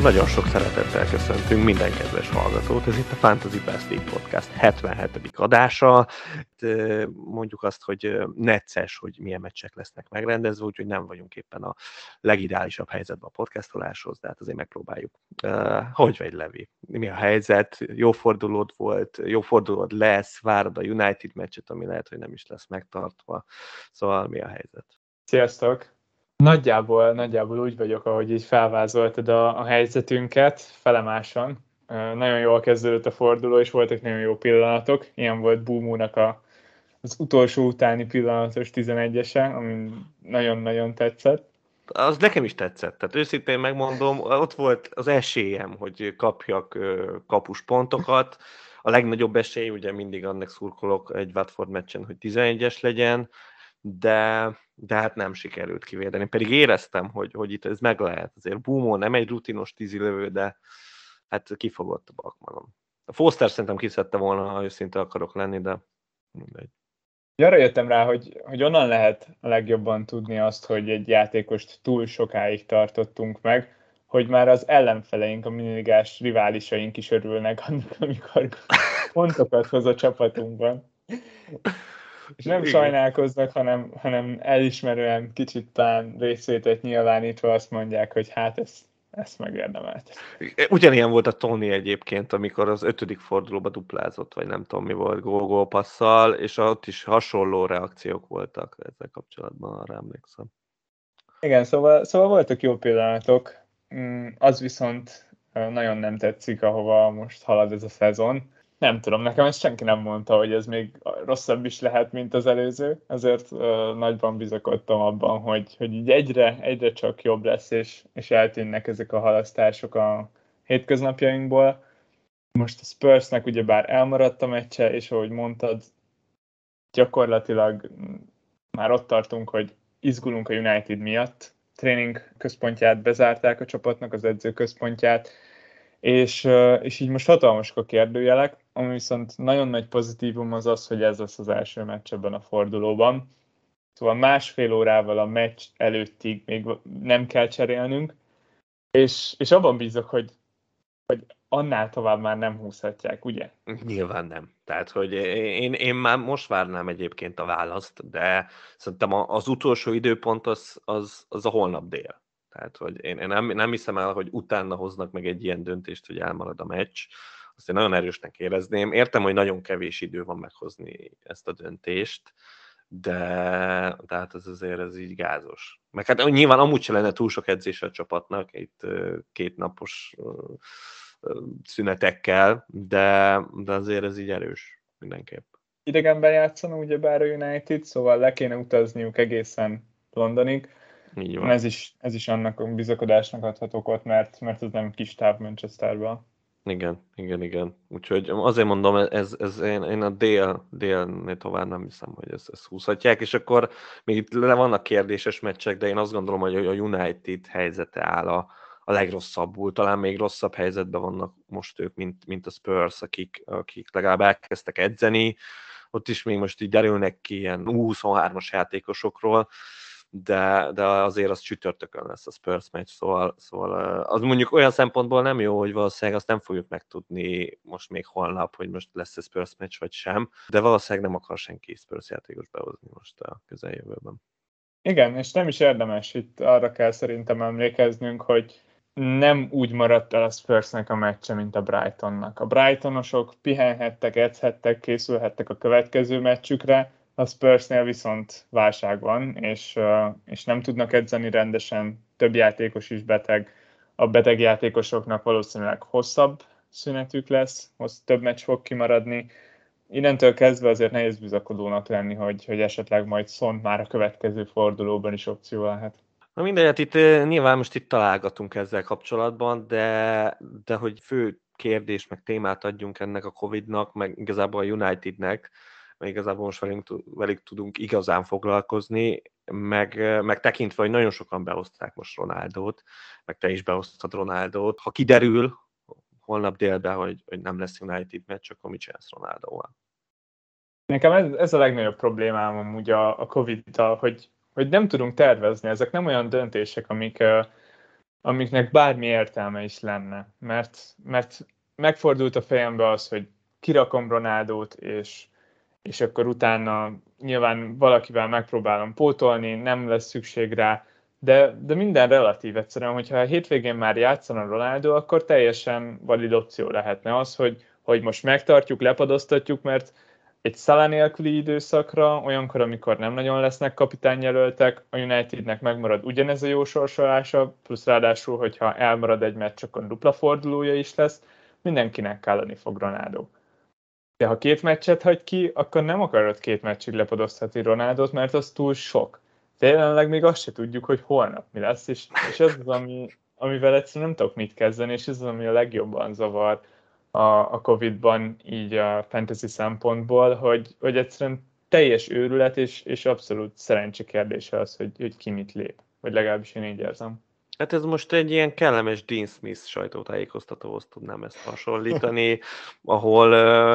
Nagyon sok szeretettel köszöntünk minden kedves hallgatót. Ez itt a Fantasy Best League Podcast 77. adása. Mondjuk azt, hogy necces, hogy milyen meccsek lesznek megrendezve, úgyhogy nem vagyunk éppen a legideálisabb helyzetben a podcastoláshoz, de hát azért megpróbáljuk. Hogy vagy, Levi? Mi a helyzet? Jó fordulód volt, jó fordulód lesz, várod a United meccset, ami lehet, hogy nem is lesz megtartva. Szóval mi a helyzet? Sziasztok! Nagyjából úgy vagyok, ahogy így felvázoltad a helyzetünket, felemásan. Nagyon jól kezdődött a forduló, és voltak nagyon jó pillanatok. Ilyen volt Bumónak az utolsó utáni pillanatos 11-ese, ami nagyon-nagyon tetszett. Az nekem is tetszett. Tehát őszintén megmondom, ott volt az esélyem, hogy kapjak kapus pontokat. A legnagyobb esély, ugye mindig annak szurkolok egy Watford meccsen, hogy 11-es legyen, de hát nem sikerült kivédeni. Pedig éreztem, hogy itt ez meg lehet. Azért Bumo nem egy rutinos tízilövő, de hát kifogott a Bachmannon. A Foster szerintem kiszedte volna, ha őszinte akarok lenni, de mindegy. Arra jöttem rá, hogy onnan lehet a legjobban tudni azt, hogy egy játékost túl sokáig tartottunk meg, hogy már az ellenfeleink, a miniligás riválisaink is örülnek annak, amikor pontokat hoz a csapatunkban. És nem sajnálkoznak, hanem elismerően kicsit talán részvételt nyilvánítva azt mondják, hogy hát ezt megérdemelt. Ugyanilyen volt a Tony egyébként, amikor az 5. fordulóba duplázott, vagy nem tudom mi volt, gól passzal, és ott is hasonló reakciók voltak ezzel kapcsolatban, arra emlékszem. Igen, szóval voltak jó pillanatok, az viszont nagyon nem tetszik, ahova most halad ez a szezon. Nem tudom, nekem ezt senki nem mondta, hogy ez még rosszabb is lehet, mint az előző, ezért nagyban bizakodtam abban, hogy így egyre csak jobb lesz, és eltűnnek ezek a halasztások a hétköznapjainkból. Most a Spursnek ugyebár elmaradt a meccse, és ahogy mondtad, gyakorlatilag már ott tartunk, hogy izgulunk a United miatt. Tréning központját bezárták a csapatnak, az edzőközpontját, és így most hatalmasak a kérdőjelek, ami viszont nagyon nagy pozitívum az, hogy ez lesz az első meccs ebben a fordulóban. Szóval másfél órával a meccs előttig még nem kell cserélnünk, és abban bízok, hogy annál tovább már nem húzhatják, ugye? Nyilván nem. Tehát, hogy én már most várnám egyébként a választ, de szerintem az utolsó időpont az a holnap dél. Tehát, hogy én nem hiszem el, hogy utána hoznak meg egy ilyen döntést, hogy elmarad a meccs. Azt én nagyon erősnek érezném. Értem, hogy nagyon kevés idő van meghozni ezt a döntést, de hát ez így gázos. Meg hát nyilván amúgy se lenne túl sok edzés a csapatnak, itt 2 napos szünetekkel, de azért ez így erős mindenképp. Idegenben játszana ugyebár a United, szóval le kéne utazniuk egészen Londonig. Így van. Ez is annak a bizakodásnak adhat okot, mert ez nem kis táv Manchesterben. Igen. Úgyhogy azért mondom, én a délnél tovább nem hiszem, hogy ezt húzhatják, és akkor még itt vannak kérdéses meccsek, de én azt gondolom, hogy a United helyzete áll a legrosszabbul. Talán még rosszabb helyzetben vannak most ők, mint a Spurs, akik legalább elkezdtek edzeni. Ott is még most így derülnek ki ilyen U23-as játékosokról, de azért az csütörtökön lesz a Spurs meccs, szóval az mondjuk olyan szempontból nem jó, hogy valószínűleg azt nem fogjuk megtudni most még holnap, hogy most lesz-e Spurs meccs vagy sem, de valószínűleg nem akar senki Spurs játékos behozni most a közeljövőben. Igen, és nem is érdemes, itt arra kell szerintem emlékeznünk, hogy nem úgy maradt el a Spursnek a meccse, mint a Brightonnak. A Brightonosok pihenhettek, edzhettek, készülhettek a következő meccsükre, a Spursnél viszont válság van, és nem tudnak edzeni rendesen, több játékos is beteg. A beteg játékosoknak valószínűleg hosszabb szünetük lesz, több meccs fog kimaradni. Innentől kezdve azért nehéz bizakodónak lenni, hogy esetleg majd Son már a következő fordulóban is opció lehet. Na mindegy, hát itt nyilván most itt találgatunk ezzel kapcsolatban, de hogy fő kérdés, meg témát adjunk ennek a Covid-nak, meg igazából a Unitednek, meg igazából most velük tudunk igazán foglalkozni, meg tekintve, hogy nagyon sokan behozták most Ronaldót, meg te is behoztad Ronaldót. Ha kiderül holnap délben, hogy nem lesz United meccs, akkor mit csinálsz Ronaldóval? Nekem ez a legnagyobb problémám amúgy a Covid-dal, hogy nem tudunk tervezni. Ezek nem olyan döntések, amiknek bármi értelme is lenne. Mert megfordult a fejembe az, hogy kirakom Ronaldót, és akkor utána nyilván valakivel megpróbálom pótolni, nem lesz szükség rá, de minden relatív egyszerűen, hogyha a hétvégén már játszana Ronaldo, akkor teljesen valid opció lehetne az, hogy most megtartjuk, lepadoztatjuk, mert egy Salah nélküli időszakra, olyankor, amikor nem nagyon lesznek kapitányjelöltek, a Unitednek megmarad ugyanez a jó sorsolása, plusz ráadásul, hogyha elmarad egy meccs, akkor dupla fordulója is lesz, mindenkinek kelleni fog Ronaldo. De ha 2 meccset hagy ki, akkor nem akarod 2 meccsig lepodoztatni Ronaldot, mert az túl sok. De jelenleg még azt se tudjuk, hogy holnap mi lesz, és ez az, amivel egyszerűen nem tudok mit kezdeni, és ez az, ami a legjobban zavar a Covid-ban így a fantasy szempontból, hogy egyszerűen teljes őrület, és abszolút szerencse kérdése az, hogy ki mit lép. Vagy legalábbis én így érzem. Hát ez most egy ilyen kellemes Dean Smith sajtótájékoztatóhoz tudnám ezt hasonlítani, ahol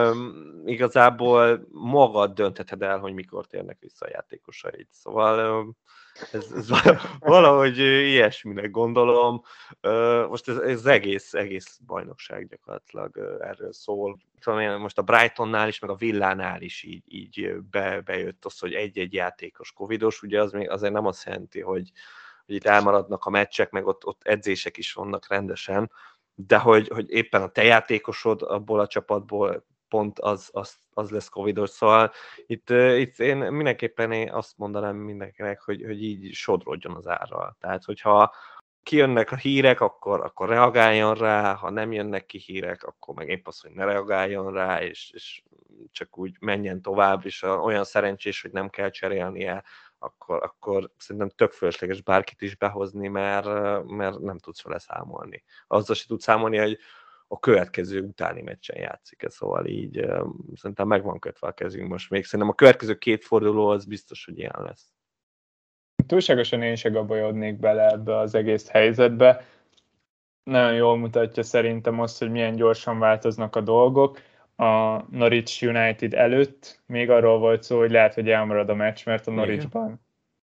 igazából magad döntheted el, hogy mikor térnek vissza a játékosaid. Szóval ez valahogy ilyesminek gondolom. Most ez egész bajnokság gyakorlatilag erről szól. Most a Brightonnál is, meg a Villánál is így bejött az, hogy egy-egy játékos covidos, ugye az még azért nem azt jelenti, hogy itt elmaradnak a meccsek, meg ott edzések is vannak rendesen, de hogy éppen a te játékosod abból a csapatból pont az lesz covidos, szóval itt én mindenképpen azt mondanám mindenkinek, hogy így sodródjon az árral. Tehát, hogyha kijönnek a hírek, akkor reagáljon rá, ha nem jönnek ki hírek, akkor meg épp az, hogy ne reagáljon rá, és csak úgy menjen tovább, és olyan szerencsés, hogy nem kell cserélnie, akkor szerintem tök fölösleges bárkit is behozni, mert nem tudsz vele számolni. Azzal se tudsz számolni, hogy a következő utáni meccsen játszik, szóval így szerintem meg van kötve a kezünk most még. Szerintem a következő 2 forduló az biztos, hogy ilyen lesz. Túlságosan én se gabajodnék bele ebbe az egész helyzetbe. Nagyon jól mutatja szerintem azt, hogy milyen gyorsan változnak a dolgok. A Norwich United előtt még arról volt szó, hogy lehet, hogy elmarad a meccs, mert a Norwichban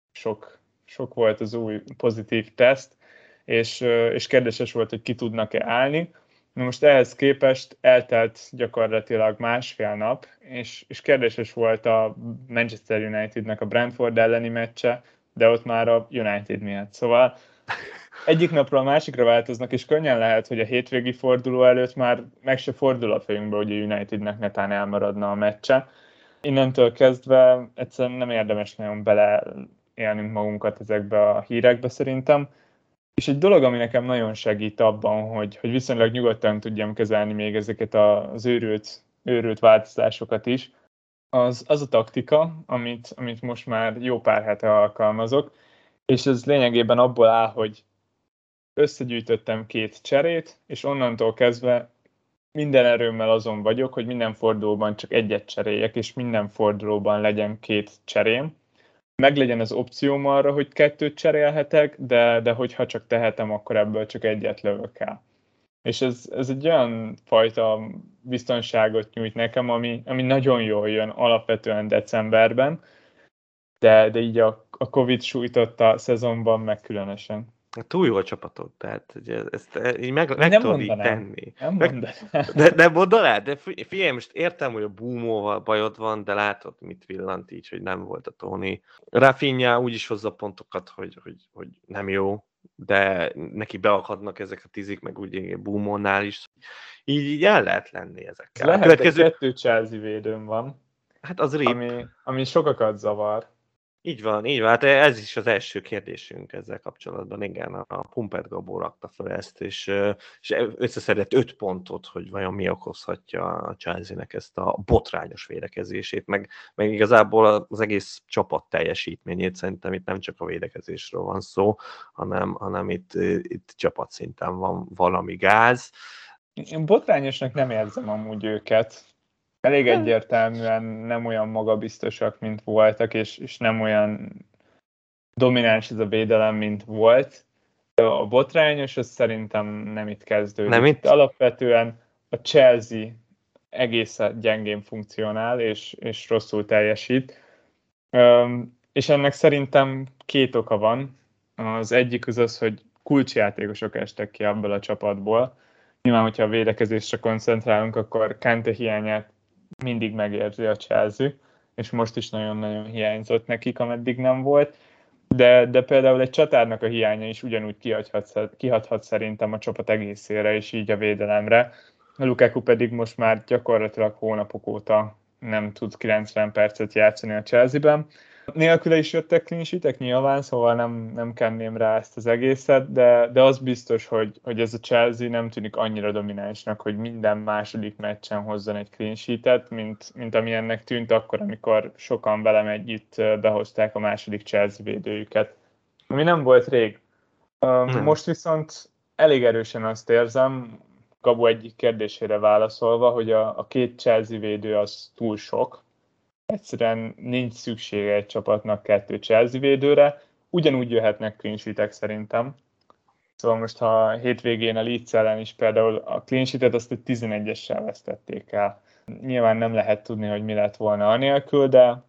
sok volt az új pozitív teszt, és kérdéses volt, hogy ki tudnak-e állni. Na most ehhez képest eltelt gyakorlatilag 1,5 nap, és kérdéses volt a Manchester Unitednek a Brentford elleni meccse, de ott már a United miatt. Szóval egyik napról a másikra változnak, és könnyen lehet, hogy a hétvégi forduló előtt már meg se fordul a fejünkbe, hogy a Unitednek netán elmaradna a meccse. Innentől kezdve egyszerűen nem érdemes nagyon beleélnünk magunkat ezekbe a hírekbe szerintem. És egy dolog, ami nekem nagyon segít abban, hogy viszonylag nyugodtan tudjam kezelni még ezeket az őrült változásokat is, az a taktika, amit most már jó pár hete alkalmazok, és ez lényegében abból áll, hogy összegyűjtöttem 2 cserét, és onnantól kezdve minden erőmmel azon vagyok, hogy minden fordulóban csak egyet cseréljek, és minden fordulóban legyen 2 cserém. Meglegyen az opcióm arra, hogy 2 cserélhetek, de hogyha csak tehetem, akkor ebből csak egyet lövök el. És ez egy olyan fajta biztonságot nyújt nekem, ami nagyon jól jön alapvetően decemberben, de így a Covid sújtotta szezonban meg különösen. Túl jó a csapatod, tehát ugye, ezt így meg tudod így tenni. Nem mondanám. De mondanád? De figyelj, most értem, hogy a Boomóval bajod van, de látod, mit villant így, hogy nem volt a Tony. Rafinha úgy is hozza pontokat, hogy nem jó, de neki beakadnak ezek a tizik, meg úgy Boomónál is. Így el lehet lenni ezekkel. Lehet, következő... 2 Chelsea védőm van, hát az ami sokakat zavar. Így van. Hát ez is az első kérdésünk ezzel kapcsolatban. Igen, a Pumpert Gabó rakta fel ezt, és összeszedett 5 pontot, hogy vajon mi okozhatja a Chelsea-nek ezt a botrányos védekezését, meg igazából az egész csapat teljesítményét. Szerintem itt nem csak a védekezésről van szó, hanem itt csapatszinten van valami gáz. Én botrányosnak nem érzem amúgy őket. Elég egyértelműen nem olyan magabiztosak, mint voltak, és nem olyan domináns ez a védelem, mint volt. A botrányos, az szerintem nem itt kezdődik. Nem itt? Alapvetően a Chelsea egészen gyengén funkcionál, és rosszul teljesít. És ennek szerintem 2 oka van. Az egyik az, hogy kulcsjátékosok estek ki abból a csapatból. Nyilván, hogyha a védekezésre koncentrálunk, akkor Kante hiányát mindig megérzi a Chelsea, és most is nagyon-nagyon hiányzott nekik, ameddig nem volt. De például egy csatárnak a hiánya is ugyanúgy kihathat szerintem a csapat egészére, és így a védelemre. A Lukaku pedig most már gyakorlatilag hónapok óta nem tud 90 percet játszani a Chelsea-ben. Nélküle is jöttek clean sheetek nyilván, szóval nem kenném rá ezt az egészet, de az biztos, hogy ez a Chelsea nem tűnik annyira dominánsnak, hogy minden második meccsen hozzon egy clean sheetet, mint amilyennek tűnt akkor, amikor sokan velem együtt behozták a második Chelsea védőjüket. Ami nem volt rég. Most viszont elég erősen azt érzem, Gabu egyik kérdésére válaszolva, hogy a két Chelsea védő az túl sok. Egyszerűen nincs szüksége egy csapatnak 2 Chelsea védőre, ugyanúgy jöhetnek clean sheetek szerintem. Szóval most, ha hétvégén a Leeds ellen is például a clean sheetet azt egy 11-essel vesztették el. Nyilván nem lehet tudni, hogy mi lett volna anélkül, de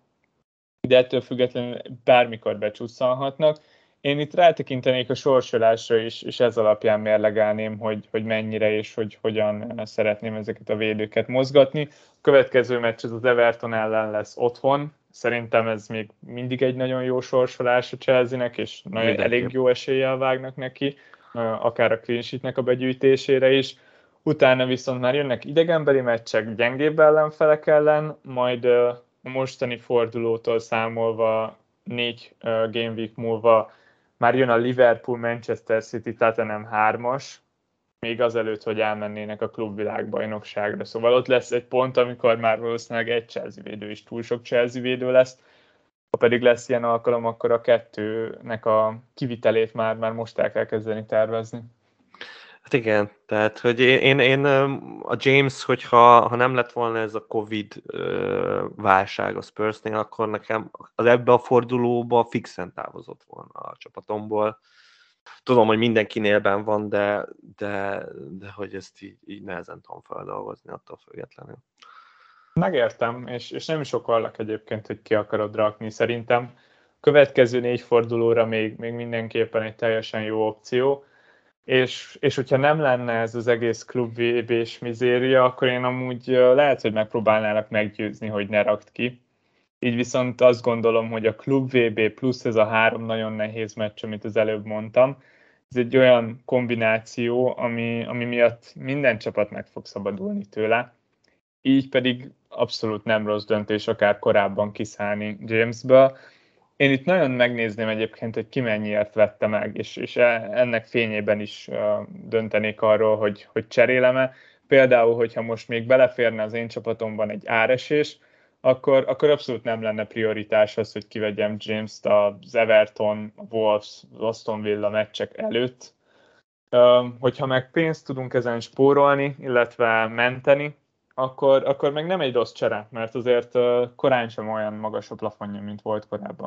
ettől függetlenül bármikor becsusszanhatnak. Én itt rátekintenék a sorsolásra is, és ez alapján mérlegelném, hogy mennyire és hogy hogyan szeretném ezeket a védőket mozgatni. A következő meccs az Everton ellen lesz otthon. Szerintem ez még mindig egy nagyon jó sorsolás a Chelsea-nek, és elég jó eséllyel vágnak neki, akár a clean sheetnek a begyűjtésére is. Utána viszont már jönnek idegenbeli meccsek gyengébb ellenfelek ellen, majd a mostani fordulótól számolva 4 game week múlva már jön a Liverpool, Manchester City, Tottenham 3-as, még azelőtt, hogy elmennének a klubvilágbajnokságra. Szóval ott lesz egy pont, amikor már valószínűleg egy Chelsea védő is túl sok Chelsea védő lesz. Ha pedig lesz ilyen alkalom, akkor a 2-nek a kivitelét már most el kell kezdeni tervezni. Hát igen, tehát hogy én a James, hogyha nem lett volna ez a Covid válság a Spursnél, akkor nekem az ebbe a fordulóba fixen távozott volna a csapatomból. Tudom, hogy mindenkinél benn van, de hogy ezt így nehezen tudom feldolgozni attól függetlenül. Megértem, és nem is okollak egyébként, hogy ki akarod rakni. Szerintem következő 4 fordulóra még mindenképpen egy teljesen jó opció. És hogyha nem lenne ez az egész klub VB-s mizéria, akkor én amúgy lehet, hogy megpróbálnálak meggyőzni, hogy ne rakd ki. Így viszont azt gondolom, hogy a klub VB plusz ez a 3 nagyon nehéz meccs, amit az előbb mondtam, ez egy olyan kombináció, ami miatt minden csapat meg fog szabadulni tőle. Így pedig abszolút nem rossz döntés akár korábban kiszállni Jamesből. Én itt nagyon megnézném egyébként, hogy ki mennyiért vette meg, és ennek fényében is döntenék arról, hogy cserélem-e. Például, hogyha most még beleférne az én csapatomban egy áresés, akkor abszolút nem lenne prioritás az, hogy kivegyem James-t az Everton, a Wolves, az Aston Villa meccsek előtt. Hogyha meg pénzt tudunk ezen spórolni, illetve menteni, akkor meg nem egy rossz csere, mert azért korán sem olyan magas a plafonja, mint volt korábban.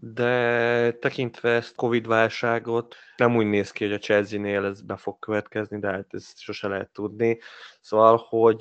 De tekintve ezt Covid-válságot, nem úgy néz ki, hogy a Chelsea-nél ez be fog következni, de hát ezt sose lehet tudni. Szóval,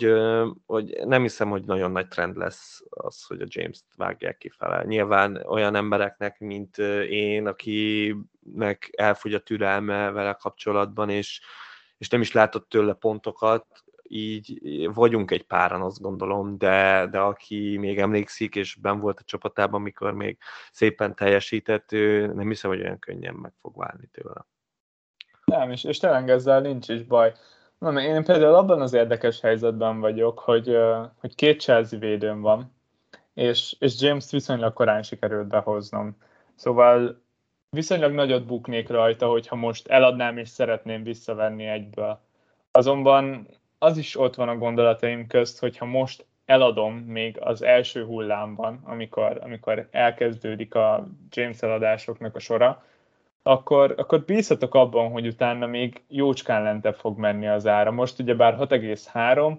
hogy nem hiszem, hogy nagyon nagy trend lesz az, hogy a James-t vágják kifele. Nyilván olyan embereknek, mint én, akinek elfogy a türelme vele kapcsolatban, és nem is látott tőle pontokat, így vagyunk egy páran, azt gondolom, de aki még emlékszik, és benn volt a csapatában, amikor még szépen teljesített, ő nem hiszem, hogy olyan könnyen meg fog válni tőle. Nem, és tényleg ezzel nincs is baj. Na, én például abban az érdekes helyzetben vagyok, hogy 2 Chelsea védőm van, és James viszonylag korán sikerült behoznom. Szóval viszonylag nagyot buknék rajta, hogyha most eladnám és szeretném visszavenni egyből. Azonban az is ott van a gondolataim közt, hogyha most eladom még az első hullámban, amikor elkezdődik a James eladásoknak a sora, akkor bízhatok abban, hogy utána még jócskán lentebb fog menni az ára. Most ugyebár 6,3,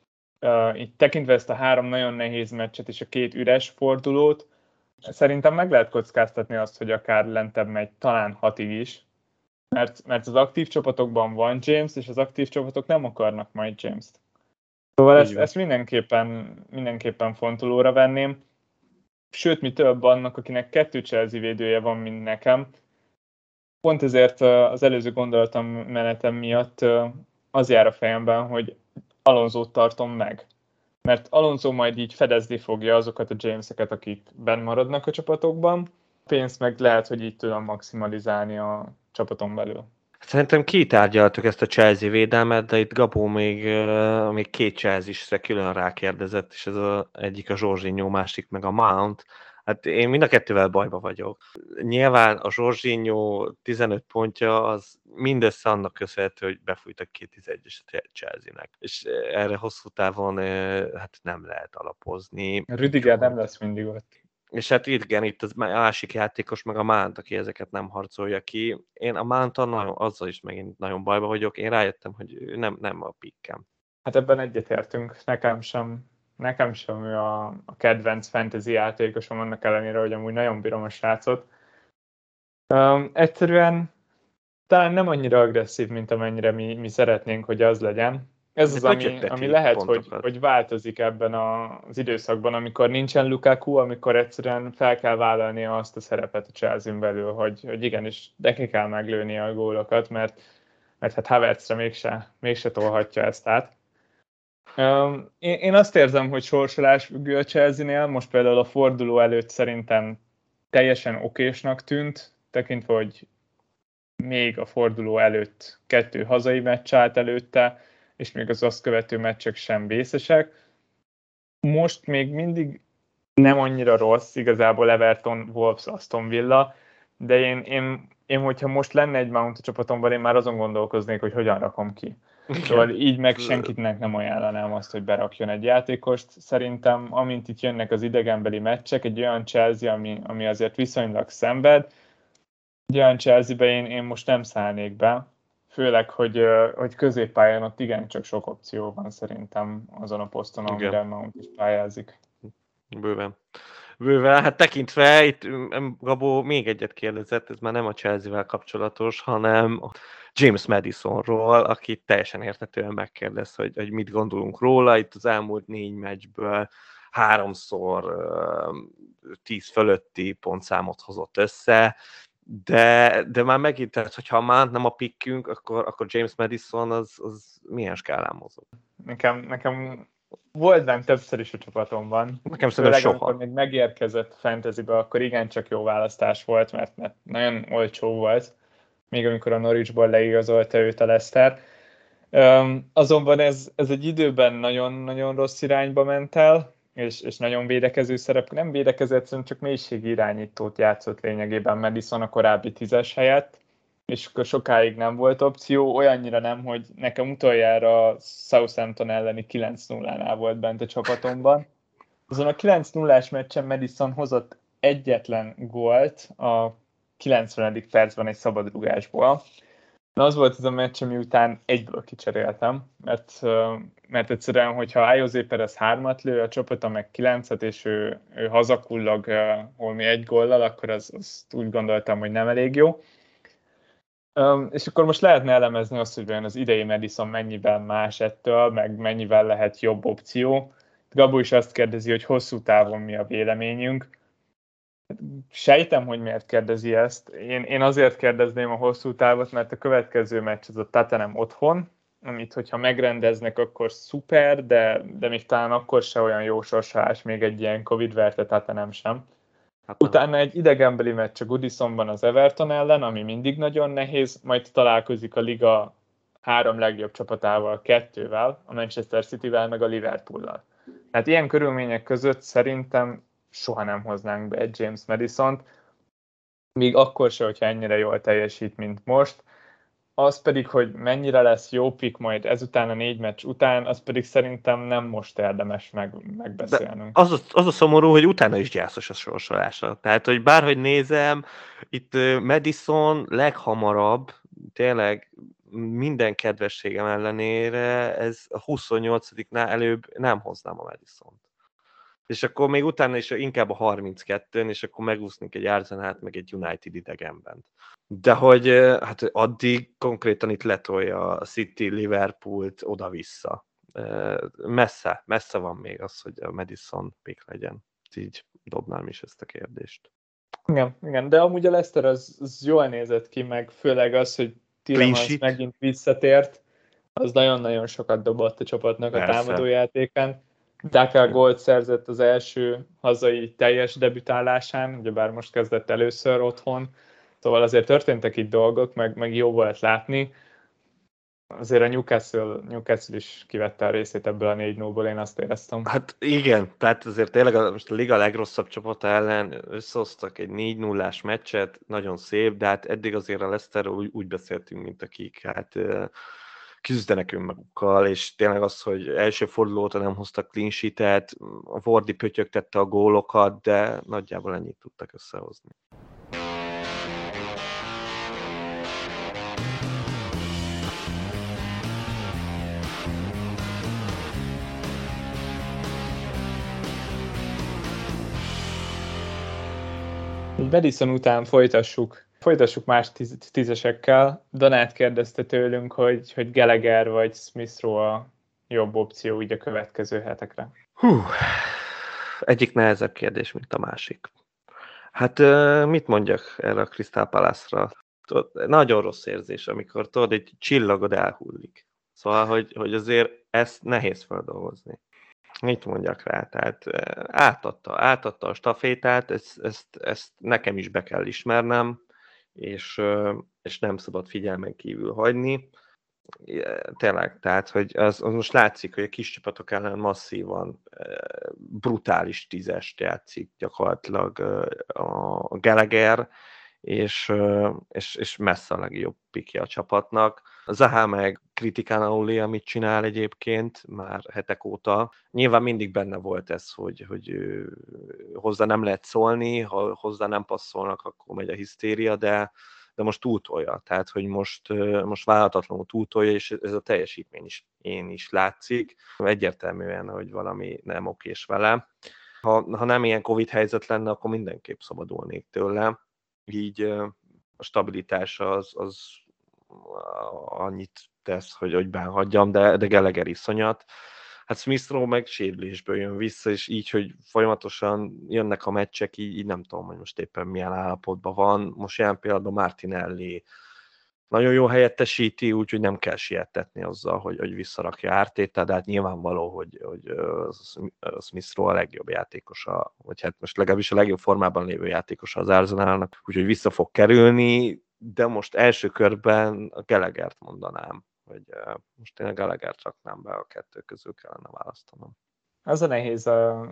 így tekintve ezt a 3 nagyon nehéz meccset és a 2 üres fordulót, szerintem meg lehet kockáztatni azt, hogy akár lentebb megy, talán 6-ig is, mert az aktív csapatokban van James, és az aktív csapatok nem akarnak majd James-t. Szóval ezt mindenképpen fontolóra venném. Sőt, mi több, annak, akinek 2 Chelsea védője van, mint nekem, pont ezért az előző gondolatom menetem miatt az jár a fejemben, hogy Alonsót tartom meg. Mert Alonso majd így fedezni fogja azokat a Jameseket, akik benn maradnak a csapatokban. Pénzt meg lehet, hogy így tudom maximalizálni a csapaton belül. Szerintem kitárgyaltuk ezt a Chelsea védelmet, de itt Gabó még két Chelsea-sre külön rákérdezett, és ez egyik a Jorginho, másik meg a Mount. Hát én mind a kettővel bajba vagyok. Nyilván a Jorginho 15 pontja az mindössze annak köszönhető, hogy befújtak 2-11-es Chelsea-nek. És erre hosszú távon hát nem lehet alapozni. Rüdiger nem lesz mindig ott. És hát igen, itt az másik játékos, meg a Mount, aki ezeket nem harcolja ki. Én a Mount-tal azzal is megint nagyon bajba vagyok. Én rájöttem, hogy nem a pikkem. Hát ebben egyetértünk. Nekem sem ő a kedvenc fantasy játékosom, annak ellenére, hogy amúgy nagyon bírom a srácot. Egyszerűen talán nem annyira agresszív, mint amennyire mi szeretnénk, hogy az legyen. Ez az, ami lehet, hogy változik ebben az időszakban, amikor nincsen Lukaku, amikor egyszerűen fel kell vállalnia azt a szerepet a Chelsea-n belül, hogy igenis neki kell meglőni a gólokat, mert hát Havertzre mégse tolhatja ezt át. Én azt érzem, hogy sorsolás függő a Chelsea-nél, most például a forduló előtt szerintem teljesen okésnak tűnt, tekintve, hogy még a forduló előtt 2 hazai meccs állt előtte, és még az azt követő meccsek sem vészesek. Most még mindig nem annyira rossz, igazából Everton, Wolves, Aston Villa, de én hogyha most lenne egy Mount a csapatomban, én már azon gondolkoznék, hogy hogyan rakom ki. Szóval így meg senkinek nem ajánlanám azt, hogy berakjon egy játékost. Szerintem, amint itt jönnek az idegenbeli meccsek, egy olyan Chelsea, ami azért viszonylag szenved, egy olyan Chelsea-be én most nem szállnék be, főleg, hogy középpályán ott igencsak sok opció van szerintem azon a poszton, amire Mount is pályázik. Bőven. Hát tekintve, itt Gabó még egyet kérdezett, ez már nem a Chelsea-vel kapcsolatos, hanem James Madisonról, aki teljesen érthetően megkérdez, hogy mit gondolunk róla. Itt az elmúlt 4 meccsből 3-szor 10 fölötti pontszámot hozott össze, de már megint, tehát, hogyha a Mount nem a pickünk, akkor James Madison az milyen skálán mozog? Nekem volt benne többször is a csapatomban. Nekem szerintem soha. Amikor még megérkezett fantasybe, akkor igencsak jó választás volt, mert nagyon olcsó volt, még amikor a Norwichból leigazolta őt a Leicester. Azonban ez egy időben nagyon-nagyon rossz irányba ment el, és nagyon védekező szerep, nem védekezett, hanem csak mélységi irányítót játszott lényegében Madison a korábbi 10-es helyett, és akkor sokáig nem volt opció, olyannyira nem, hogy nekem utoljára Southampton elleni 9-0-nál volt bent a csapatomban. Azon a 9-0-ás meccsen Madison hozott egyetlen gólt a 90. percben egy szabadrugásból. Na, az volt ez a meccs, miután egyből kicseréltem, mert egyszerűen, hogyha José Perez 3-at lő, a csapata meg 9-et, és ő hazakullag holmi 1 góllal, akkor azt úgy gondoltam, hogy nem elég jó. És akkor most lehetne elemezni azt, hogy az idei Madison mennyivel más ettől, meg mennyivel lehet jobb opció. Gabó is azt kérdezi, hogy hosszú távon mi a véleményünk. Sejtem, hogy miért kérdezi ezt. Én azért kérdezném a hosszú távot, mert a következő meccs az a Tottenham otthon, amit hogyha megrendeznek, akkor szuper, de még talán akkor se olyan jó sorsolás, még egy ilyen Covid-verte Tottenham sem. Utána egy idegenbeli meccs a Goodisonban az Everton ellen, ami mindig nagyon nehéz, majd találkozik a liga 3 legjobb csapatával, 2-vel, a Manchester Cityvel, meg a Liverpoollal. Tehát ilyen körülmények között szerintem soha nem hoznánk be egy James Madisont, még akkor se, hogyha ennyire jól teljesít, mint most. Az pedig, hogy mennyire lesz jó pick majd ezután a 4 meccs után, az pedig szerintem nem most érdemes megbeszélnünk. De az a szomorú, hogy utána is gyászos a sorsolása. Tehát, hogy bárhogy nézem, itt Madison leghamarabb, tényleg minden kedvességem ellenére, ez a 28-nál előbb nem hoznám a Madisont. És akkor még utána is inkább a 32-n, és akkor megúsznék egy Arsenalt, meg egy United idegenben. De hogy hát addig konkrétan itt letolja a City, Liverpoolt oda-vissza. Messze van még az, hogy a Madison pick legyen. Így dobnám is ezt a kérdést. Igen, de amúgy a Leicester az jól nézett ki, meg főleg az, hogy Tielemans megint visszatért, az nagyon-nagyon sokat dobott a csapatnak a támadójátékán. Daka gólt szerzett az első hazai teljes debütálásán, ugyebár most kezdett először otthon, szóval azért történtek itt dolgok, meg jó volt látni. Azért a Newcastle is kivette a részét ebből a 4-0-ból, én azt éreztem. Hát igen, tehát azért tényleg most a liga legrosszabb csapata ellen összehoztak egy 4-0-ás meccset, nagyon szép, de hát eddig azért a Leicesterről úgy beszéltünk, mint akik hát küzdenek önmagukkal, és tényleg az, hogy első forduló óta nem hoztak clean sheet-et, a Vardy pötyögtette a gólokat, de nagyjából ennyit tudtak összehozni. Madison után folytassuk más tízesekkel. Donát kérdezte tőlünk, hogy Gallagher vagy Smith Rowe a jobb opció így a következő hetekre. Egyik nehezebb kérdés, mint a másik. Hát mit mondjak erre a Crystal Palace-ra? Nagyon rossz érzés, amikor tudod, egy csillagod elhullik. Szóval, hogy azért ezt nehéz feldolgozni. Mit mondjak rá? Tehát átadta a stafétát, ezt nekem is be kell ismernem, és nem szabad figyelmen kívül hagyni. Tényleg, tehát, hogy az most látszik, hogy a kis csapatok ellen masszívan brutális tízest játszik gyakorlatilag a Gallagher, és messze a legjobb pikje a csapatnak. Zaha meg kritikán aluli, amit csinál egyébként már hetek óta. Nyilván mindig benne volt ez, hogy hozzá nem lehet szólni, ha hozzá nem passzolnak, akkor megy a hisztéria, de most túltolja. Tehát, hogy most vállalhatatlanul túltolja, és ez a teljesítmény is látszik. Egyértelműen, hogy valami nem okés vele. Ha nem ilyen Covid helyzet lenne, akkor mindenképp szabadulnék tőle. Így a stabilitása az annyit tesz, hogy benhagyjam, de Gallagher iszonyat. Hát Smith Rowe meg sérülésből jön vissza, és így, hogy folyamatosan jönnek a meccsek, így nem tudom, hogy most éppen milyen állapotban van. Most jelen pillanatban Martinelli nagyon jó helyettesíti, úgyhogy nem kell sietetni azzal, hogy visszarakja Artétát, de hát nyilvánvaló, hogy Smith Rowe a legjobb játékosa, vagy hát most legalábbis a legjobb formában lévő játékosa az Arsenalnak, úgyhogy vissza fog kerülni, de most első körben a Gallaghert mondanám, hogy most én a Gallaghert raknám be, a kettő közül kellene választanom. Az a nehéz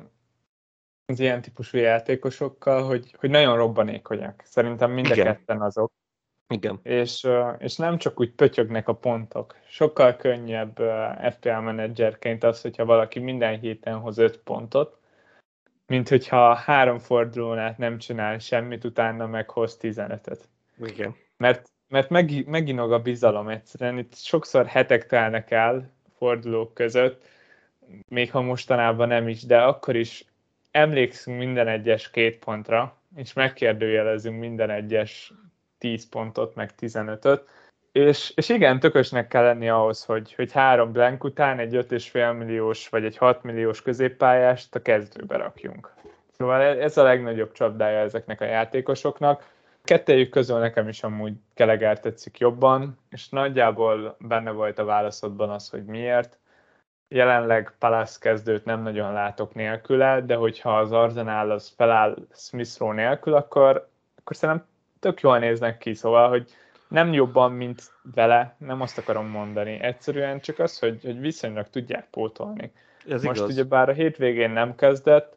az ilyen típusú játékosokkal, hogy nagyon robbanékonyak. Szerintem mind a ketten azok. Igen. És nem csak úgy pötyögnek a pontok. Sokkal könnyebb FPL menedzserként az, hogyha valaki minden héten hoz 5 pontot, mint hogyha 3 fordulón át nem csinál semmit, utána meghoz 15-öt. Igen. Mert meginog a bizalom egyszerűen. Itt sokszor hetek telnek el fordulók között, még ha mostanában nem is, de akkor is emlékszünk minden egyes 2 pontra, és megkérdőjelezünk minden egyes 10 pontot, meg 15-öt. És igen, tökösnek kell lenni ahhoz, hogy 3 blank után egy 5,5 milliós vagy egy 6 milliós középpályást a kezdőbe rakjunk. Szóval ez a legnagyobb csapdája ezeknek a játékosoknak. Kettejük közül nekem is amúgy Gallagher tetszik jobban, és nagyjából benne volt a válaszodban az, hogy miért. Jelenleg Palace kezdőt nem nagyon látok nélküle, de hogyha az Arsenal az feláll Smith Rowe nélkül, akkor szerintem tök jól néznek ki, szóval, hogy nem jobban, mint vele, nem azt akarom mondani. Egyszerűen csak az, hogy viszonylag tudják pótolni. Ez most igaz. ugyebár a hétvégén nem kezdett,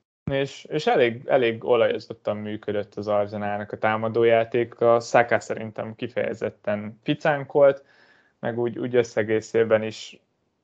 és elég olajozottan működött az Arsenalnak a támadójáték. A Saka szerintem kifejezetten ficánkolt, meg úgy összegészében is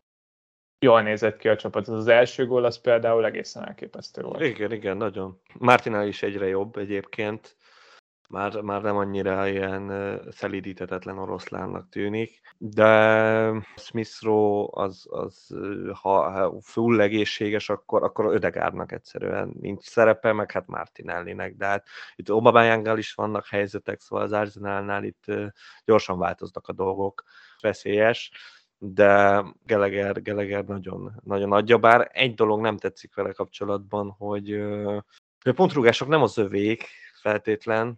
jól nézett ki a csapat. Az első gól az például egészen elképesztő volt. Igen, nagyon. Martinelli is egyre jobb egyébként. Már nem annyira ilyen szelídíthetetlen oroszlánnak tűnik, de Smith Rowe az ha full egészséges, akkor Ödegaardnak egyszerűen nincs szerepe, meg hát Martinellinek, de hát itt Aubameyanggal is vannak helyzetek, szóval az Arsenalnál itt gyorsan változnak a dolgok, veszélyes, de Gallagher nagyon, nagyon adja, bár egy dolog nem tetszik vele kapcsolatban, hogy a pontrúgások nem az övék, feltétlen,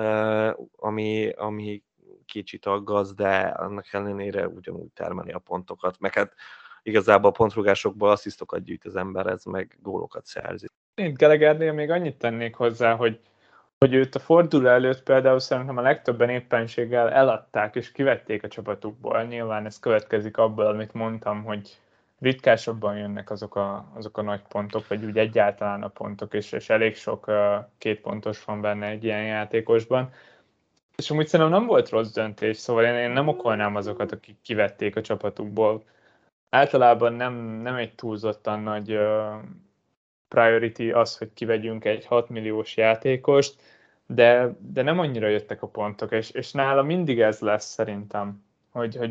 ami kicsit aggaszt, de annak ellenére ugyanúgy termeli a pontokat, meg hát igazából a pontrugásokból asszisztokat gyűjt az ember, ez meg gólokat szerzi. Én Gallaghernél még annyit tennék hozzá, hogy őt a forduló előtt például szerintem a legtöbben éppenséggel eladták és kivették a csapatukból. Nyilván ez következik abból, amit mondtam, hogy ritkásabban jönnek azok a nagy pontok, vagy úgy egyáltalán a pontok, és elég sok két pontos van benne egy ilyen játékosban. És amúgy szerintem nem volt rossz döntés, szóval én nem okolnám azokat, akik kivették a csapatukból. Általában nem egy túlzottan nagy priority az, hogy kivegyünk egy 6 milliós játékost, de nem annyira jöttek a pontok, és nála mindig ez lesz szerintem, hogy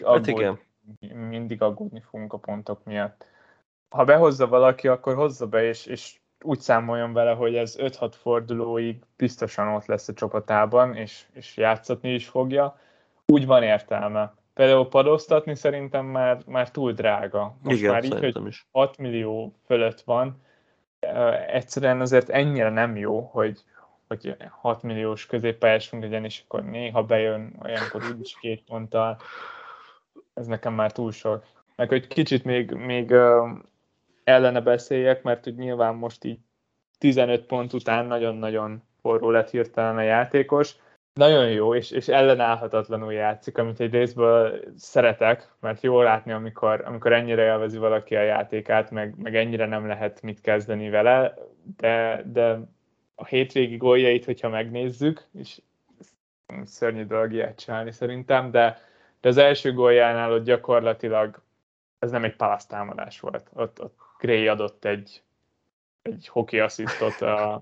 mindig aggódni fogunk a pontok miatt. Ha behozza valaki, akkor hozza be, és úgy számoljon vele, hogy ez 5-6 fordulóig biztosan ott lesz a csapatában, és játszatni is fogja. Úgy van értelme. Például padoztatni szerintem már túl drága. Most igen, már így, hogy is. 6 millió fölött van, egyszerűen azért ennyire nem jó, hogy 6 milliós középpályásunk legyen, és akkor néha bejön, olyankor úgyis 2 ponttal. Ez nekem már túl sok. Meg hogy kicsit még ellene beszéljek, mert hogy nyilván most így 15 pont után nagyon-nagyon forró lett hirtelen a játékos. Nagyon jó, és ellenállhatatlanul játszik, amit egy részből szeretek, mert jó látni, amikor ennyire élvezi valaki a játékát, meg ennyire nem lehet mit kezdeni vele, de a hétvégi góljait, hogyha megnézzük, és szörnyű dolog ilyet csinálni szerintem, de az első góljánál ott gyakorlatilag ez nem egy palasztámadás volt. Ott Gray adott egy hoki asszisztot a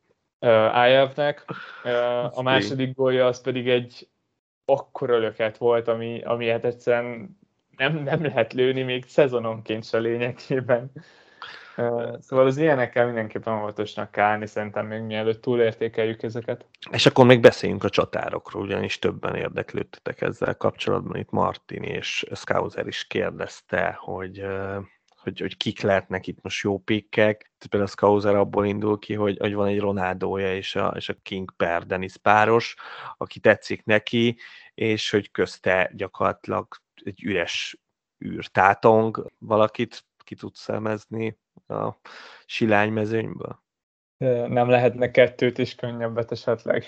IF-nek. A második gólja az pedig egy akkora löket volt, ami hát egyszerűen nem lehet lőni még szezononként se lényegében. Szóval az ilyenekkel mindenképpen óvatosnak kell állni, szerintem még mielőtt túlértékeljük ezeket. És akkor még beszéljünk a csatárokról, ugyanis többen érdeklődtetek ezzel kapcsolatban. Itt Martin és Skauser is kérdezte, hogy kik lehetnek itt most jó pikkek. Például Skauser abból indul ki, hogy van egy Ronaldója és a King per Dennis páros, aki tetszik neki, és hogy közte gyakorlatilag egy üres űrtátong. Valakit ki tudsz szemezni a silánymezőnyből? Nem lehetne kettőt is könnyebbet esetleg?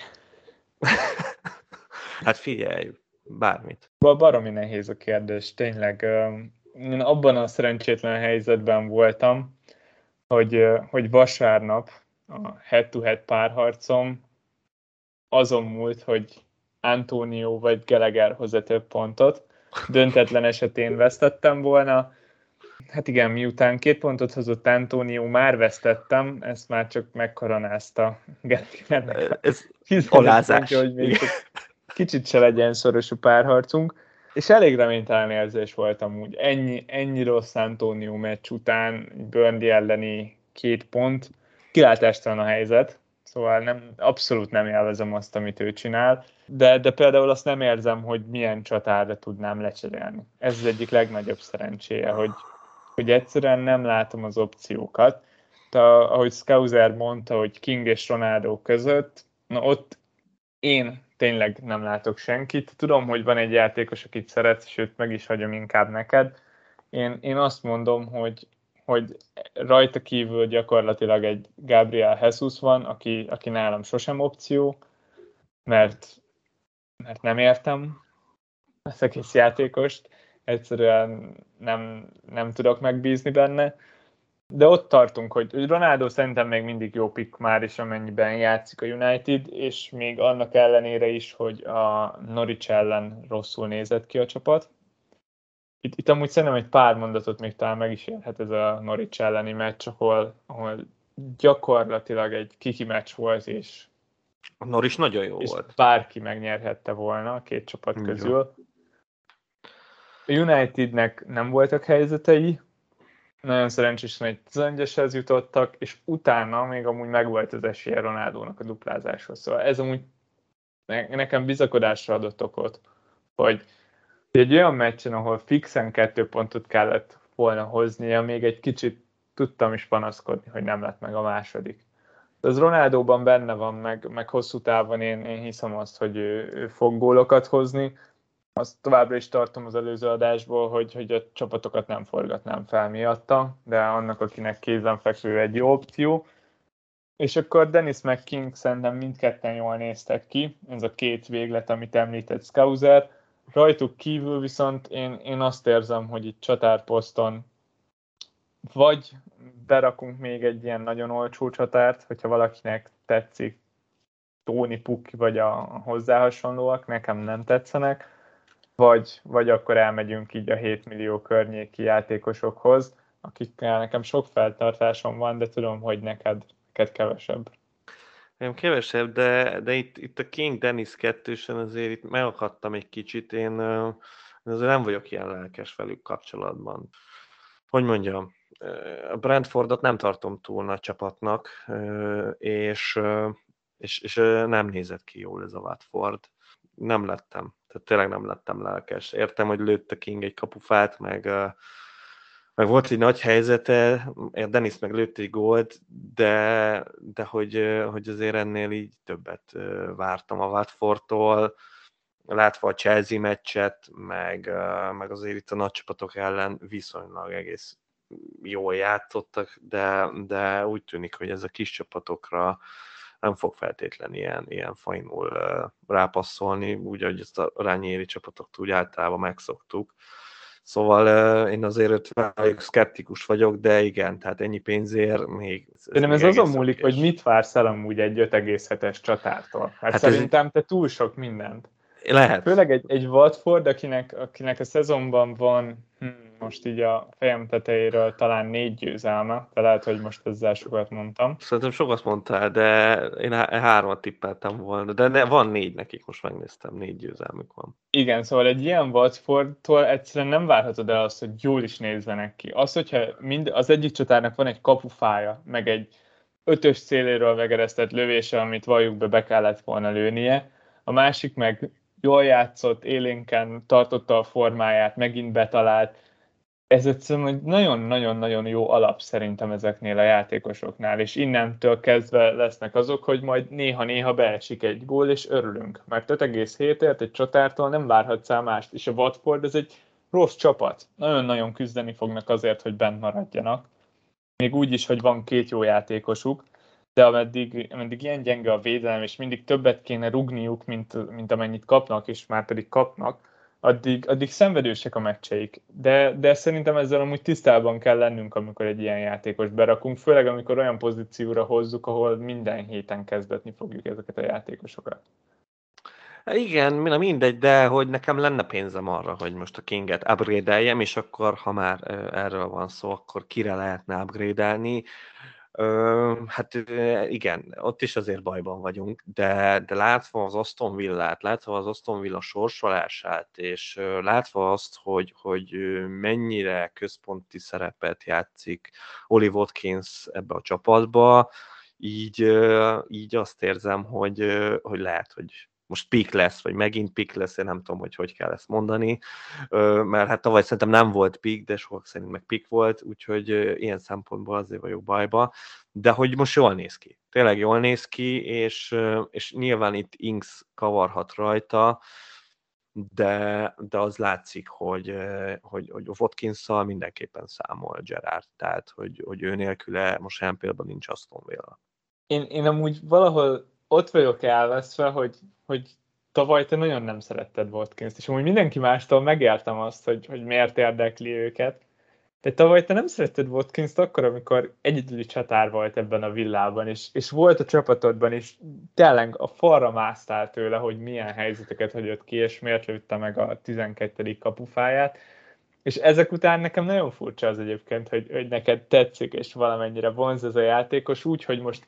Hát figyelj, bármit. Baromi nehéz a kérdés, tényleg. Én abban a szerencsétlen helyzetben voltam, hogy vasárnap a head-to-head párharcom azon múlt, hogy Antonio vagy Gallagher hozza több pontot. Döntetlen esetén vesztettem volna. Hát igen, miután 2 pontot hozott Antonio, már vesztettem, ezt már csak megkoronázta Gallaghernek. Ez alázás. Hogy még kicsit se legyen szoros a párharcunk. És elég reménytelen érzés voltam úgy. Ennyi rossz Antonio meccs után, Burnley elleni 2 pont, kilátástalan a helyzet, szóval abszolút nem élvezem azt, amit ő csinál, de például azt nem érzem, hogy milyen csatárra tudnám lecserélni. Ez az egyik legnagyobb szerencséje, hogy egyszerűen nem látom az opciókat. Ahogy Skauser mondta, hogy King és Ronaldo között, na ott én tényleg nem látok senkit. Tudom, hogy van egy játékos, akit szeretsz, sőt meg is hagyom inkább neked. Én azt mondom, hogy rajta kívül gyakorlatilag egy Gabriel Jesus van, aki nálam sosem opció, mert nem értem az egész játékost, egyszerűen nem tudok megbízni benne. De ott tartunk, hogy Ronaldo szerintem még mindig jó pick már is, amennyiben játszik a United, és még annak ellenére is, hogy a Norwich ellen rosszul nézett ki a csapat. Itt amúgy szerintem egy pár mondatot még talán meg is érhet ez a Norwich elleni meccs, ahol gyakorlatilag egy kiki meccs volt, és a Norwich nagyon jó volt. Bárki megnyerhette volna a két csapat közül. A Unitednek nem voltak helyzetei, nagyon szerencsésen egy 11-eshez jutottak, és utána még amúgy megvolt az esélye Ronaldónak a duplázáshoz. Szóval ez amúgy nekem bizakodásra adott okot, hogy egy olyan meccsen, ahol fixen 2 pontot kellett volna hoznia, még egy kicsit tudtam is panaszkodni, hogy nem lett meg a második. Ez Ronaldóban benne van, meg hosszú távon én hiszem azt, hogy ő fog gólokat hozni. Azt továbbra is tartom az előző adásból, hogy a csapatokat nem forgatnám fel miatta, de annak, akinek kézenfekvő egy jó opció. És akkor Dennis meg King szerintem mindketten jól néztek ki, ez a két véglet, amit említett Scouser. Rajtuk kívül viszont én azt érzem, hogy itt csatárposzton vagy berakunk még egy ilyen nagyon olcsó csatárt, hogyha valakinek tetszik, Tony Pukki vagy a hozzá hasonlóak, nekem nem tetszenek, vagy akkor elmegyünk így a 7 millió környéki játékosokhoz, akikkel nekem sok feltartásom van, de tudom, hogy neked kevesebb. Nem kevesebb, de itt a King Dennis kettősen azért itt megakadtam egy kicsit. Én azért nem vagyok ilyen lelkes velük kapcsolatban. Hogy mondjam, a Brentfordot nem tartom túl nagy csapatnak, és nem nézett ki jól ez a Watford. Nem lettem, tehát tényleg nem lettem lelkes. Értem, hogy lőtt a King egy kapufát, meg volt egy nagy helyzete, Dennis meg lőtt egy gólt, de hogy azért ennél így többet vártam a Watfordtól, látva a Chelsea meccset, meg azért itt a nagy csapatok ellen viszonylag egész jól játszottak, de úgy tűnik, hogy ez a kis csapatokra nem fog feltétlenül ilyen fajnul rápasszolni, úgy, hogy ezt a rányéri csapatoktól úgy általában megszoktuk. Szóval én azért szkeptikus vagyok, de igen, tehát ennyi pénzért még... Ez azon múlik, hogy mit vársz el amúgy egy 5,7-es csatártól. Hát szerintem te túl sok mindent. Lehet. Főleg egy Watford, akinek a szezonban van most így a fejem tetejéről talán 4 győzelme, de lehet, hogy most ezzel sokat mondtam. Szerintem sokat mondtál, de én 3-at tippeltem volna, de van 4 nekik, most megnéztem, 4 győzelmük van. Igen, szóval egy ilyen Watfordtól egyszerűen nem várhatod el azt, hogy jól is nézzenek ki. Az, hogyha az egyik csatárnak van egy kapufája, meg egy 5-ös céléről megeresztett lövése, amit valljuk be kellett volna lőnie, a másik meg jól játszott, élénken tartotta a formáját, megint betalált. Ez egyszerűen egy nagyon-nagyon-nagyon jó alap szerintem ezeknél a játékosoknál, és innentől kezdve lesznek azok, hogy majd néha-néha beesik egy gól, és örülünk. Mert 5,7-ért egy csatártól nem várhatsz el mást, és a Watford ez egy rossz csapat. Nagyon-nagyon küzdeni fognak azért, hogy bent maradjanak. Még úgy is, hogy van 2 jó játékosuk, de ameddig ilyen gyenge a védelem, és mindig többet kéne rugniuk, mint amennyit kapnak, és már pedig kapnak, addig szenvedősek a meccseik. De szerintem ezzel amúgy tisztában kell lennünk, amikor egy ilyen játékos berakunk, főleg amikor olyan pozícióra hozzuk, ahol minden héten kezdetni fogjuk ezeket a játékosokat. Igen, mindegy, de hogy nekem lenne pénzem arra, hogy most a Kinget upgrade-eljem, és akkor, ha már erről van szó, akkor kire lehetne upgrade-elni. Hát igen, ott is azért bajban vagyunk, de látva az Aston Villát, látva az Aston Villa sorsolását, és látva azt, hogy mennyire központi szerepet játszik Oli Watkins ebbe a csapatba, így azt érzem, hogy lehet, hogy most peak lesz, vagy megint peak lesz, én nem tudom, hogy kell ezt mondani, mert hát tavaly szerintem nem volt peak, de sokak szerint meg peak volt, úgyhogy ilyen szempontból azért vagyok bajba, de hogy most jól néz ki. Tényleg jól néz ki, és nyilván itt Ings kavarhat rajta, de az látszik, hogy Watkinsszal mindenképpen számol Gerrard, tehát hogy ő nélküle most ilyen például nincs Aston Villa. Én amúgy valahol ott vagyok elveszve, hogy tavaly te nagyon nem szeretted Watkins-t, és amúgy mindenki mástól megértem azt, hogy miért érdekli őket. De tavaly te nem szeretted Watkins-t akkor, amikor egyedüli csatár volt ebben a Villában, és volt a csapatodban, és tényleg a falra másztál tőle, hogy milyen helyzeteket hagyott ki, és miért lőtte meg a 12. kapufáját. És ezek után nekem nagyon furcsa az egyébként, hogy neked tetszik, és valamennyire vonz ez a játékos, úgy, hogy most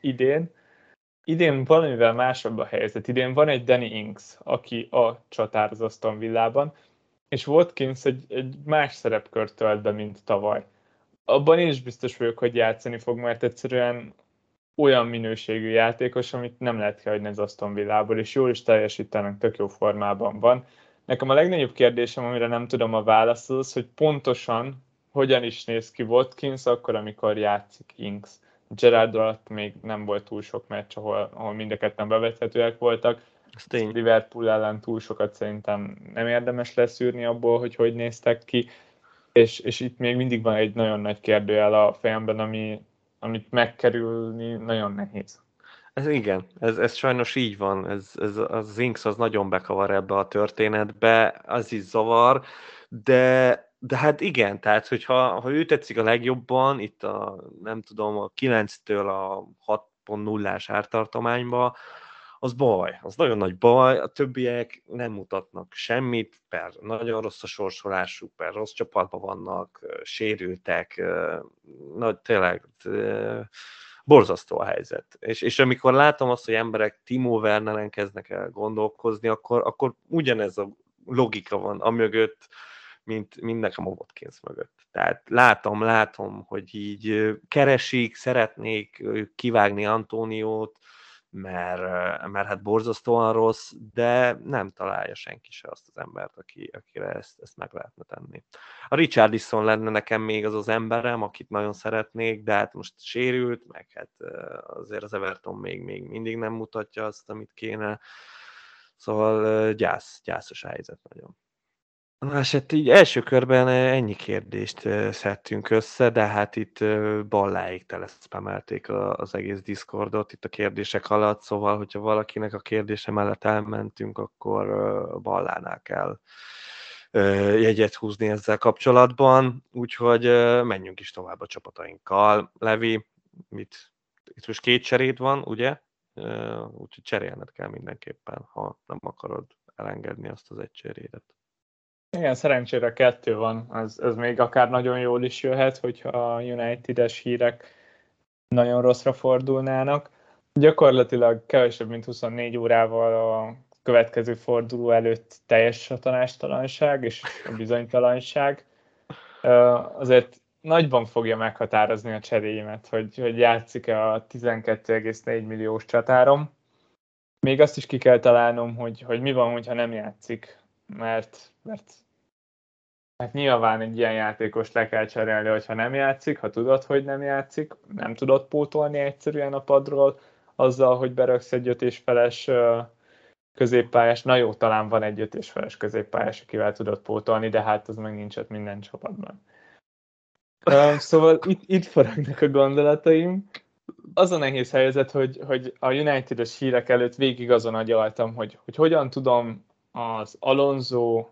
idén valamivel másabb a helyzet. Idén van egy Danny Ings, aki a csatár az Aston Villában, és Watkins egy más szerepkört tölt be, mint tavaly. Abban én is biztos vagyok, hogy játszani fog, mert egyszerűen olyan minőségű játékos, amit nem lehet kihagyni az Aston Villából, és jól is teljesítenek, tök jó formában van. Nekem a legnagyobb kérdésem, amire nem tudom a választ, az, hogy pontosan hogyan is néz ki Watkins akkor, amikor játszik Ings. Gerrard alatt még nem volt túl sok meccs, ahol mind a ketten bevethetőek voltak. Liverpool ellen túl sokat szerintem nem érdemes leszűrni abból, hogy néztek ki, és itt még mindig van egy nagyon nagy kérdőjel a fejemben, amit megkerülni nagyon nehéz. Ez sajnos így van, a Zinx az nagyon bekavar ebbe a történetbe, az is zavar, de hát igen, tehát hogyha ő tetszik a legjobban, itt nem tudom, a 9-től a 6.0-ás ártartományba, az baj, az nagyon nagy baj, a többiek nem mutatnak semmit, nagyon rossz a sorsolásuk, rossz csapatban vannak, sérültek, tényleg borzasztó a helyzet. És amikor látom azt, hogy emberek Timo Werneren kezdnek el gondolkozni, akkor ugyanez a logika van amögött, mint nekem a Watkins mögött. Tehát látom, hogy így keresik, szeretnék kivágni Antóniót, mert hát borzasztóan rossz, de nem találja senki se azt az embert, akire ezt meg lehetne tenni. A Richarlison lenne nekem még az emberem, akit nagyon szeretnék, de hát most sérült, meg hát azért az Everton még mindig nem mutatja azt, amit kéne. Szóval gyászos a helyzet nagyon. Na, és hát így első körben ennyi kérdést szedtünk össze, de hát itt balláig teleszpamelték az egész Discordot itt a kérdések alatt, szóval, hogyha valakinek a kérdése mellett elmentünk, akkor ballánál kell jegyet húzni ezzel kapcsolatban, úgyhogy menjünk is tovább a csapatainkkal. Levi, itt most 2 cseréd van, ugye? Úgyhogy cserélned kell mindenképpen, ha nem akarod elengedni azt az egy cserédet. Igen, szerencsére 2 van, ez még akár nagyon jól is jöhet, hogyha a United-es hírek nagyon rosszra fordulnának. Gyakorlatilag kevesebb, mint 24 órával a következő forduló előtt teljes a tanástalanság és a bizonytalanság. Azért nagyban fogja meghatározni a cseréimet, hogy játszik-e a 12,4 milliós csatárom. Még azt is ki kell találnom, hogy mi van, hogyha nem játszik, mert nyilván egy ilyen játékost le kell cserélni, hogyha nem játszik, ha tudod, hogy nem játszik, nem tudod pótolni egyszerűen a padról, azzal, hogy beraksz egy 5,5-es középpályás, na jó, talán van egy 5,5-es középpályás, akivel tudod pótolni, de hát az meg nincs ott minden csapatban. Szóval itt forognak a gondolataim. Az a nehéz helyzet, hogy a United-es hírek előtt végig azon agyaltam, hogy hogyan tudom az Alonso,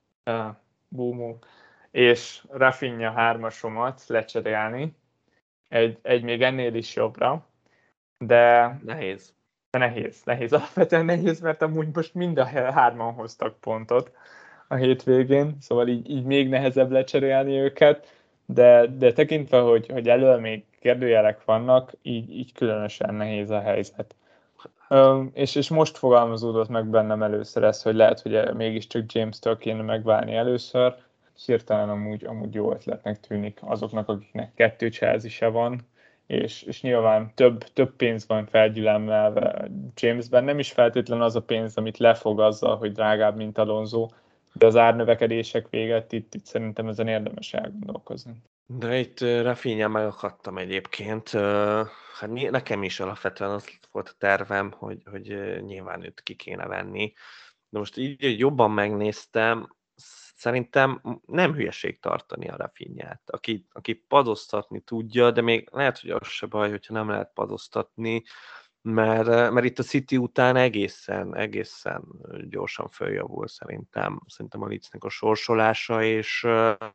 Bumo és Rafinha 3-asomat lecserélni egy még ennél is jobbra, de nehéz. Alapvetően nehéz, mert amúgy most mind a 3-an hoztak pontot a hétvégén, szóval így még nehezebb lecserélni őket, de tekintve, hogy elől még kérdőjelek vannak, így különösen nehéz a helyzet. És most fogalmazódott meg bennem először ez, hogy lehet, hogy mégiscsak James-től kéne megválni először. Hirtelen amúgy jó ötletnek tűnik azoknak, akiknek 2 Chelsea-se van, és nyilván több pénz van felgyülemmelve Jamesben. Nem is feltétlen az a pénz, amit lefog azzal, hogy drágább, mint Alonso, de az árnövekedések véget itt szerintem ezen érdemes elgondolkozni. De itt Rafinha megakadtam egyébként. Hát nekem is alapvetően az volt a tervem, hogy nyilván őt ki kéne venni. De most így, hogy jobban megnéztem, szerintem nem hülyeség tartani a Rafinhát, aki padoztatni tudja, de még lehet, hogy az se baj, hogyha nem lehet padoztatni, mert itt a City után egészen gyorsan följavul szerintem a Leedsnek a sorsolása, és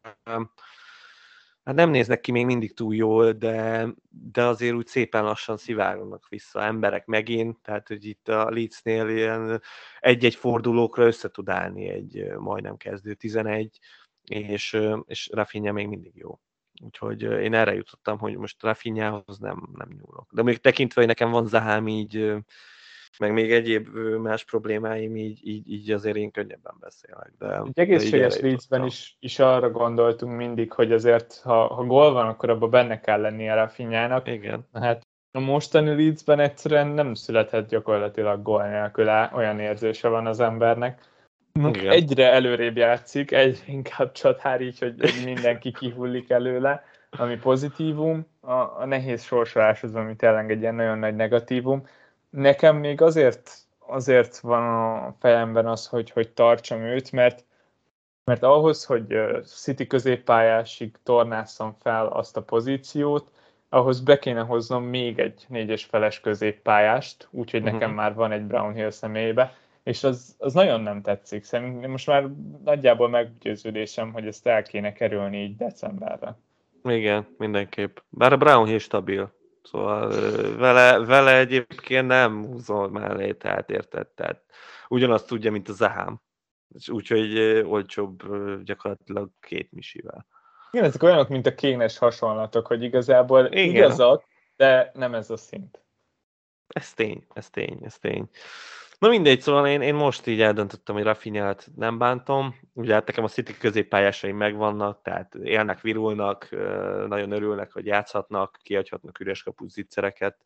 hát nem néznek ki még mindig túl jól, de azért úgy szépen lassan szivárognak vissza emberek megint, tehát hogy itt a Leedsnél ilyen egy-egy fordulókra össze tud állni egy majdnem kezdő 11, és Rafinha még mindig jó. Úgyhogy én erre jutottam, hogy most Rafinhához nem nyúlok. De még tekintve, hogy nekem van Zahám így, meg még egyéb más problémáim, így azért én könnyebben beszélek. Egy egészséges Leedsben is arra gondoltunk mindig, hogy azért, ha gól van, akkor abban benne kell lennie Rafinhának. Igen. Hát a mostani Leedsben egyszerűen nem születhet gyakorlatilag gól nélkül, olyan érzése van az embernek. Egyre előrébb játszik, egyre inkább csatár így, hogy mindenki kihullik előle. ami pozitívum, a nehéz sorsolás az, ami tényleg egy ilyen nagyon nagy negatívum. Nekem még azért van a fejemben az, hogy tartsam őt, mert ahhoz, hogy City középpályásig tornásszam fel azt a pozíciót, ahhoz be kéne hoznom még egy 4-es feles középpályást, úgyhogy nekem már van egy Brownhill személybe, és az nagyon nem tetszik. Szerintem most már nagyjából meggyőződésem, hogy ezt el kéne kerülni így decemberre. Igen, mindenképp. Bár a Brownhill stabil. Szóval vele egyébként nem húzol mellé, tehát érted? Tehát ugyanazt tudja, mint a Zahám. Úgyhogy olcsóbb gyakorlatilag 2 misivel. Igen, ezek olyanok, mint a Kénes hasonlatok, hogy igazából Igen. igazak, de nem ez a szint. Ez tény. Na mindegy, szóval én most így eldöntöttem, hogy Rafinhát nem bántom. Ugye hát nekem a City középpályásaim megvannak, tehát élnek, virulnak, nagyon örülnek, hogy játszhatnak, kiadhatnak üres kapus zicsereket.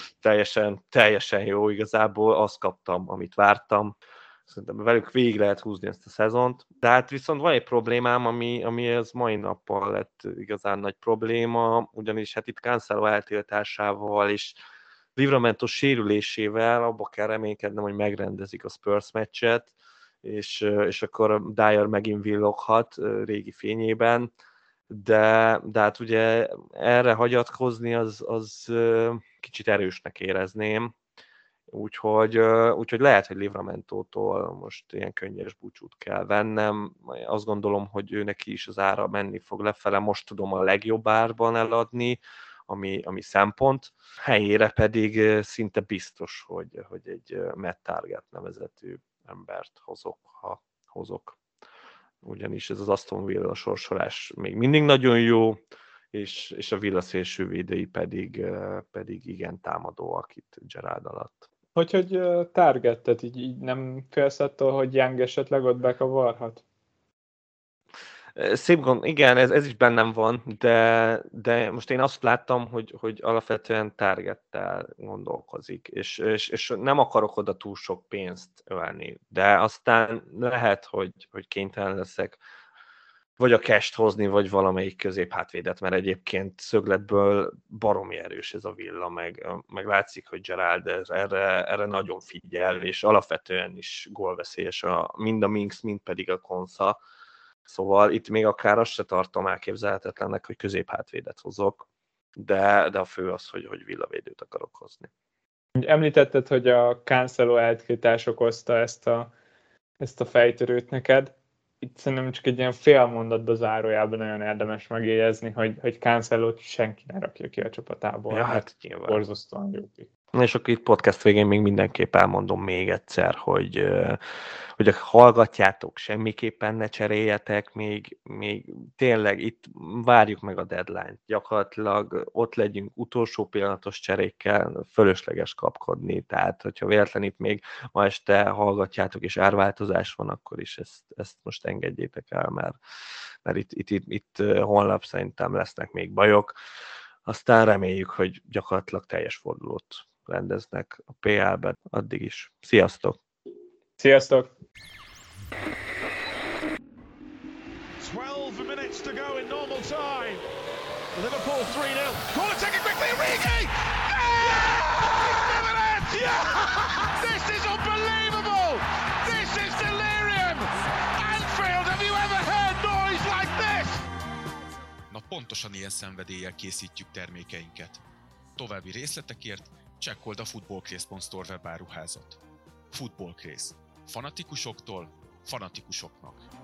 Teljesen jó igazából, azt kaptam, amit vártam. Szerintem velük végig lehet húzni ezt a szezont. De hát viszont van egy problémám, ami ez mai nappal lett igazán nagy probléma, ugyanis hát itt Cancelo eltiltásával és Livramento sérülésével abba kell reménykednem, hogy megrendezik a Spurs meccset, és akkor Dyer megint villoghat régi fényében, de hát ugye erre hagyatkozni az kicsit erősnek érezném, úgyhogy lehet, hogy Livramentótól most ilyen könnyes búcsút kell vennem. Azt gondolom, hogy ő neki is az ára menni fog lefele, most tudom a legjobb árban eladni, ami szempont. Helyére pedig szinte biztos, hogy egy Matt Target nevezetű embert hozok. Ugyanis ez az Aston Villa sorsolás még mindig nagyon jó, és a Villa szélsővédői pedig igen támadóak itt Gerrard alatt. Hogy Targettet így nem félsz attól, hogy Young esetleg ott bekavarhat? Szép gond, igen, ez is bennem van, de most én azt láttam, hogy alapvetően Targettel gondolkozik, és nem akarok oda túl sok pénzt ölni, de aztán lehet, hogy kénytelen leszek vagy a cash-t hozni, vagy valamelyik középhátvédet, mert egyébként szögletből baromi erős ez a Villa, meg látszik, hogy Gerrard erre nagyon figyel, és alapvetően is gólveszélyes mind a Minks, mind pedig a Konsa. Szóval itt még akár azt se tartom elképzelhetetlennek, hogy középhátvédet hozok, de a fő az, hogy villavédőt akarok hozni. Említetted, hogy a Cancelo eltiltás okozta ezt a fejtörőt neked. Itt szerintem csak egy ilyen fél mondatba zárójában nagyon érdemes megjegyezni, hogy Cancelót senki ne rakja ki a csapatából. Ja, hát nyilván. Borzasztóan jó ki. És akkor itt podcast végén még mindenképp elmondom még egyszer, hogy hallgatjátok, semmiképpen ne cseréljetek, még tényleg itt várjuk meg a deadline-t. Gyakorlatilag ott legyünk utolsó pillanatos cserékkel, fölösleges kapkodni, tehát hogyha véletlen itt még ma este hallgatjátok és árváltozás van, akkor is ezt most engedjétek el, mert itt holnap szerintem lesznek még bajok. Aztán reméljük, hogy gyakorlatilag teljes fordulót rendeznek a PL-ben addig is. Sziasztok! Sziasztok! 12 minutes to go in normal time. Liverpool 3-0. Corner taken quickly, Origi! Yeah! This is unbelievable! This is delirium! Anfield, have you ever heard noise like this? Na pontosan ilyen szenvedéllyel készítjük termékeinket. További részletekért csekkold a footballcraze.store webáruházat. Footballcraze. Fanatikusoktól fanatikusoknak.